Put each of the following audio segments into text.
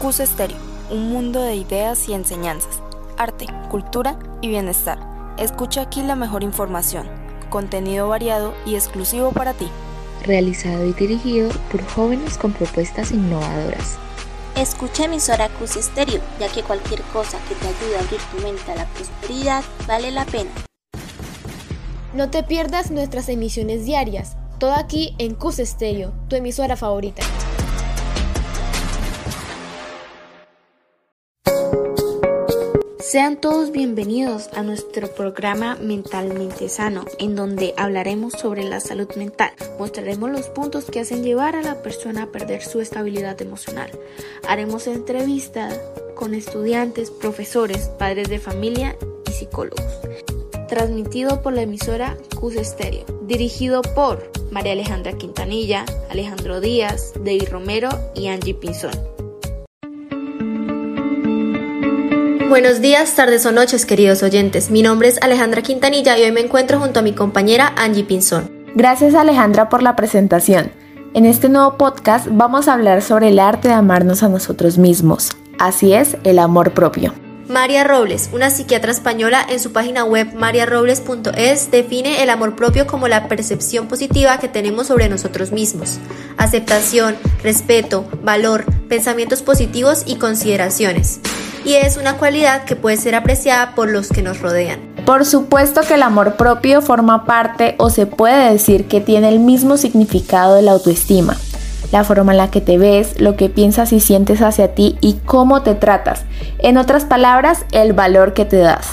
Cus Estéreo, un mundo de ideas y enseñanzas, arte, cultura y bienestar. Escucha aquí la mejor información, contenido variado y exclusivo para ti. Realizado y dirigido por jóvenes con propuestas innovadoras. Escucha emisora Cus Estéreo, ya que cualquier cosa que te ayude a abrir tu mente a la prosperidad vale la pena. No te pierdas nuestras emisiones diarias, todo aquí en Cus Estéreo, tu emisora favorita. Sean todos bienvenidos a nuestro programa Mentalmente Sano, en donde hablaremos sobre la salud mental. Mostraremos los puntos que hacen llevar a la persona a perder su estabilidad emocional. Haremos entrevistas con estudiantes, profesores, padres de familia y psicólogos. Transmitido por la emisora Cus Estéreo, dirigido por María Alejandra Quintanilla, Alejandro Díaz, David Romero y Angie Pinzón. Buenos días, tardes o noches, queridos oyentes. Mi nombre es Alejandra Quintanilla y hoy me encuentro junto a mi compañera Angie Pinzón. Gracias, Alejandra, por la presentación. En este nuevo podcast vamos a hablar sobre el arte de amarnos a nosotros mismos. Así es, el amor propio. María Robles, una psiquiatra española, en su página web mariarobles.es define el amor propio como la percepción positiva que tenemos sobre nosotros mismos. Aceptación, respeto, valor, pensamientos positivos y consideraciones. Y es una cualidad que puede ser apreciada por los que nos rodean. Por supuesto que el amor propio forma parte o se puede decir que tiene el mismo significado de la autoestima. La forma en la que te ves, lo que piensas y sientes hacia ti y cómo te tratas. En otras palabras, el valor que te das.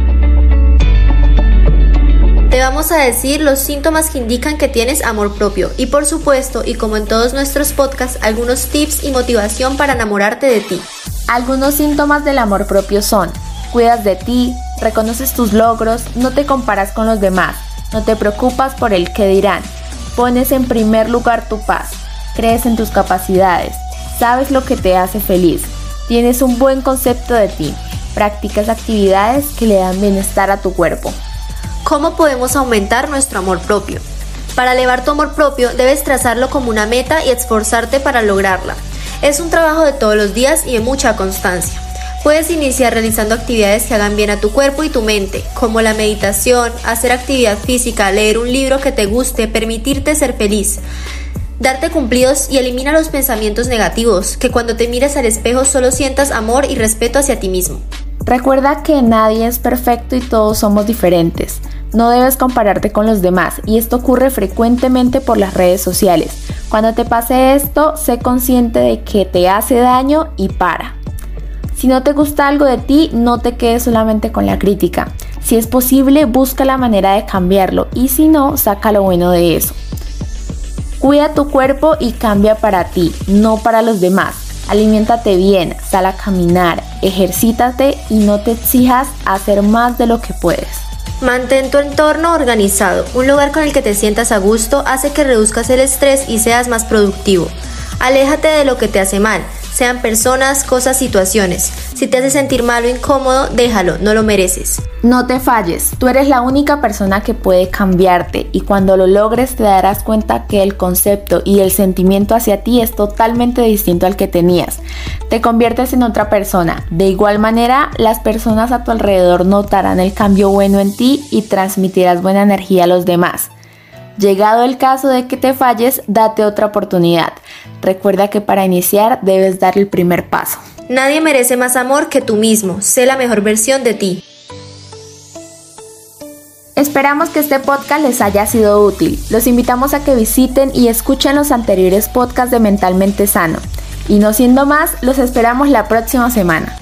Te vamos a decir los síntomas que indican que tienes amor propio y por supuesto, y como en todos nuestros podcasts, algunos tips y motivación para enamorarte de ti. Algunos síntomas del amor propio son: cuidas de ti, reconoces tus logros, no te comparas con los demás, no te preocupas por el qué dirán, pones en primer lugar tu paz, crees en tus capacidades, sabes lo que te hace feliz, tienes un buen concepto de ti, practicas actividades que le dan bienestar a tu cuerpo. ¿Cómo podemos aumentar nuestro amor propio? Para elevar tu amor propio debes trazarlo como una meta y esforzarte para lograrla. Es un trabajo de todos los días y de mucha constancia. Puedes iniciar realizando actividades que hagan bien a tu cuerpo y tu mente, como la meditación, hacer actividad física, leer un libro que te guste, permitirte ser feliz, darte cumplidos y elimina los pensamientos negativos, que cuando te mires al espejo solo sientas amor y respeto hacia ti mismo. Recuerda que nadie es perfecto y todos somos diferentes. No debes compararte con los demás y esto ocurre frecuentemente por las redes sociales. Cuando te pase esto, sé consciente de que te hace daño y para. Si no te gusta algo de ti, no te quedes solamente con la crítica. Si es posible, busca la manera de cambiarlo y si no, saca lo bueno de eso. Cuida tu cuerpo y cambia para ti, no para los demás. Aliméntate bien, sal a caminar, ejercítate y no te exijas hacer más de lo que puedes. Mantén tu entorno organizado. Un lugar con el que te sientas a gusto hace que reduzcas el estrés y seas más productivo. Aléjate de lo que te hace mal, sean personas, cosas, situaciones. Si te hace sentir mal o incómodo, déjalo, no lo mereces. No te falles, tú eres la única persona que puede cambiarte y cuando lo logres te darás cuenta que el concepto y el sentimiento hacia ti es totalmente distinto al que tenías. Te conviertes en otra persona. De igual manera, las personas a tu alrededor notarán el cambio bueno en ti y transmitirás buena energía a los demás. Llegado el caso de que te falles, date otra oportunidad. Recuerda que para iniciar debes dar el primer paso. Nadie merece más amor que tú mismo. Sé la mejor versión de ti. Esperamos que este podcast les haya sido útil. Los invitamos a que visiten y escuchen los anteriores podcasts de Mentalmente Sano. Y no siendo más, los esperamos la próxima semana.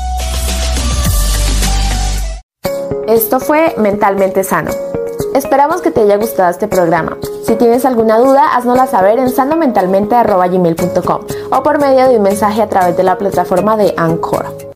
Esto fue Mentalmente Sano. Esperamos que te haya gustado este programa. Si tienes alguna duda, haznosla saber en sanomentalmente@gmail.com o por medio de un mensaje a través de la plataforma de Anchor.